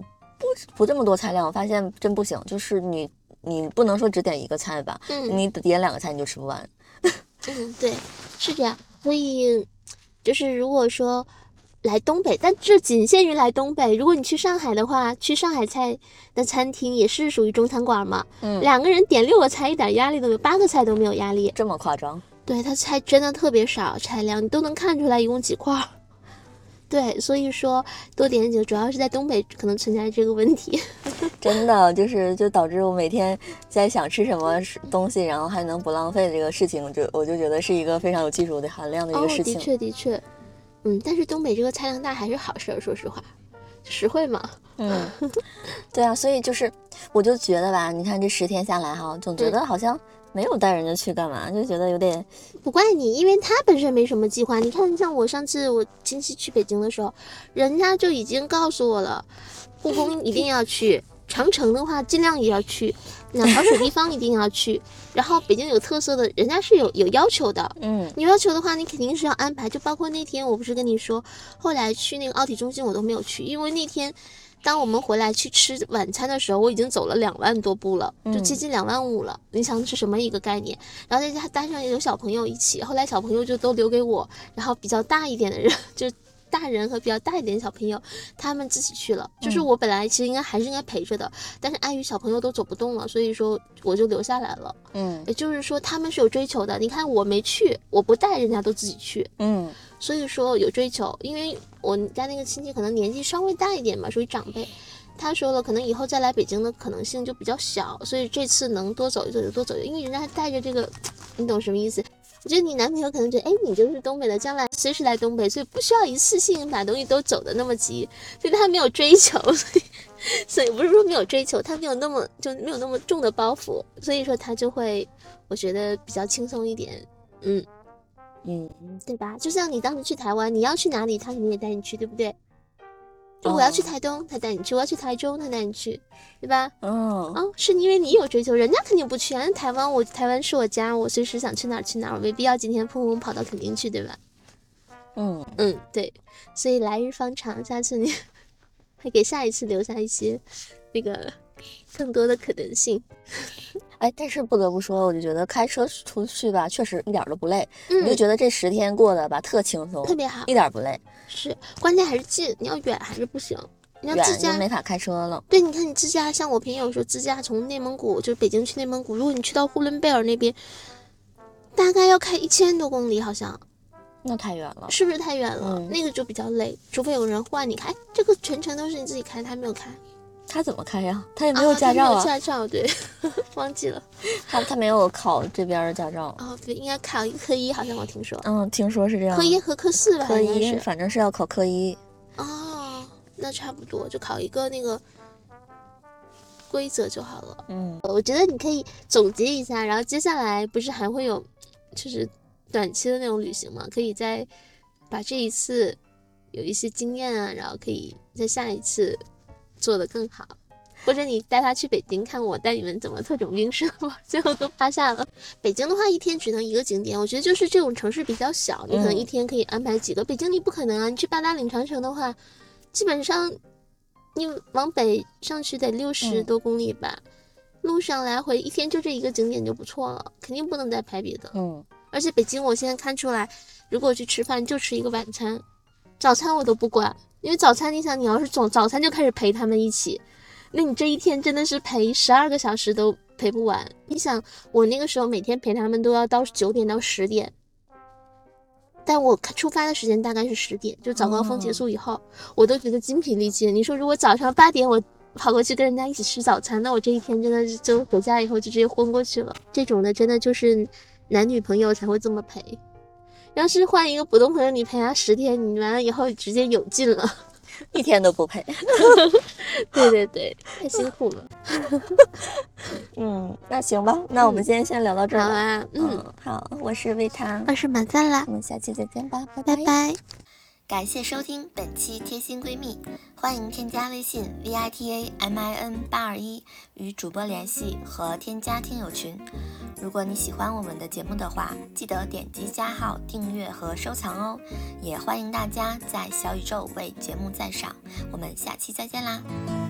不这么多菜量，我发现真不行，就是你你不能说只点一个菜吧， 嗯， 你点两个菜你就吃不完。 嗯，对，是这样。所以就是如果说来东北，但这仅限于来东北。如果你去上海的话，去上海菜的餐厅也是属于中餐馆嘛， 嗯， 两个人点六个菜一点压力都没有，八个菜都没有压力。 这么夸张？ 对，它菜真的特别少，菜量你都能看出来一共几块。对，所以说多点几个，主要是在东北可能存在这个问题。 真的就是就导致我每天在想吃什么东西，然后还能不浪费这个事情，就我就觉得是一个非常有技术的含量的一个事情。 哦，的确的确，嗯，但是东北这个菜量大还是好事儿，说实话，实惠嘛。 嗯，对啊，所以就是我就觉得吧，你看这十天下来哈，总觉得好像没有带人家去干嘛，就觉得有点不怪你，因为他本身没什么计划。你看，像我上次我亲戚去北京的时候，人家就已经告诉我了，故宫一定要去，长城的话尽量也要去，那好水地方一定要去。然后北京有特色的，人家是有有要求的。 嗯， 你有要求的话，你肯定是要安排。就包括那天我不是跟你说，后来去那个奥体中心我都没有去，因为那天当我们回来去吃晚餐的时候，我已经走了两万多步了，就接近两万五了。你想是什么一个概念？然后再加搭上有小朋友一起，后来小朋友就都留给我，然后比较大一点的人就。大人和比较大一点的小朋友，他们自己去了。就是我本来其实应该还是应该陪着的，但是碍于小朋友都走不动了，所以说我就留下来了。 嗯， 也就是说他们是有追求的。你看我没去，我不带，人家都自己去。 嗯， 所以说有追求，因为我家那个亲戚可能年纪稍微大一点嘛，属于长辈。他说了，可能以后再来北京的可能性就比较小，所以这次能多走一走就多走，因为人家带着这个，你懂什么意思？我觉得你男朋友可能觉得，哎，你就是东北的，将来随时来东北，所以不需要一次性把东西都走的那么急，所以他没有追求，所以所以不是说没有追求，他没有那么就没有那么重的包袱，所以说他就会，我觉得比较轻松一点，嗯嗯， 对吧？就像你当时去台湾，你要去哪里，他肯定也带你去，对不对？就我要去台东，他带你去；我要去台中，他带你去，对吧？ 哦， 哦，是因为你有追求，人家肯定不去啊。台湾我台湾是我家，我随时想去哪儿去哪儿，我没必要今天砰砰跑到垦丁去，对吧？ 嗯嗯，对，所以来日方长，下次你还给下一次留下一些那个更多的可能性。 哎，但是不得不说，我就觉得开车出去吧，确实一点都不累， 嗯， 你就觉得这十天过得吧特轻松， 特别好， 一点不累。 是，关键还是近，你要远还是不行。你要自远就驾没法开车了。 对，你看你自驾，像我朋友说自驾从内蒙古，就是北京去内蒙古，如果你去到呼伦贝尔那边，大概要开一千多公里，好像。 那太远了， 是不是太远了？ 嗯、 那个就比较累，除非有人换你开。这个全程都是你自己开，他没有开。 他怎么开呀？他也没有驾照啊。 啊、他没有驾照，对，忘记了。 他他没有考这边的驾照。 哦，对，应该考一个科一，好像我听说。 嗯，听说是这样。 科一和科四吧， 科一，反正是要考科一。 哦，那差不多，就考一个那个规则就好了。 嗯， 我觉得你可以总结一下，然后接下来不是还会有，就是短期的那种旅行嘛，可以再把这一次有一些经验啊，然后可以在下一次做得更好，或者你带他去北京看我带你们怎么特种兵生活，最后都趴下了。北京的话一天只能一个景点，我觉得就是这种城市比较小，你可能一天可以安排几个。嗯、北京你不可能啊，你去八达岭长城的话，基本上你往北上去得六十多公里吧，嗯、路上来回一天就这一个景点就不错了，肯定不能再排别的。 嗯， 而且北京我现在看出来，如果去吃饭就吃一个晚餐，早餐我都不管，因为早餐你想你要是早早餐就开始陪他们一起，那你这一天真的是陪十二个小时都陪不完。你想我那个时候每天陪他们都要到九点到十点，但我出发的时间大概是十点，就早高峰结束以后，哦、我都觉得筋疲力尽。你说如果早上八点我跑过去跟人家一起吃早餐，那我这一天真的是就回家以后就直接昏过去了。这种的真的就是男女朋友才会这么陪。要是换一个普通朋友，你陪他十天，你完了以后直接有劲了， 一天都不陪。 对对对，太辛苦了。 嗯，那行吧，那我们今天先聊到这儿、 嗯。好啊，嗯， 嗯好，我是维糖， 我是马赞啦， 我们下期再见吧，拜拜拜。 感谢收听本期贴心闺蜜，欢迎添加微信 V I T A M I N 八二一与主播联系和添加听友群。如果你喜欢我们的节目的话，记得点击加号订阅和收藏哦。也欢迎大家在小宇宙为节目赞赏。我们下期再见啦！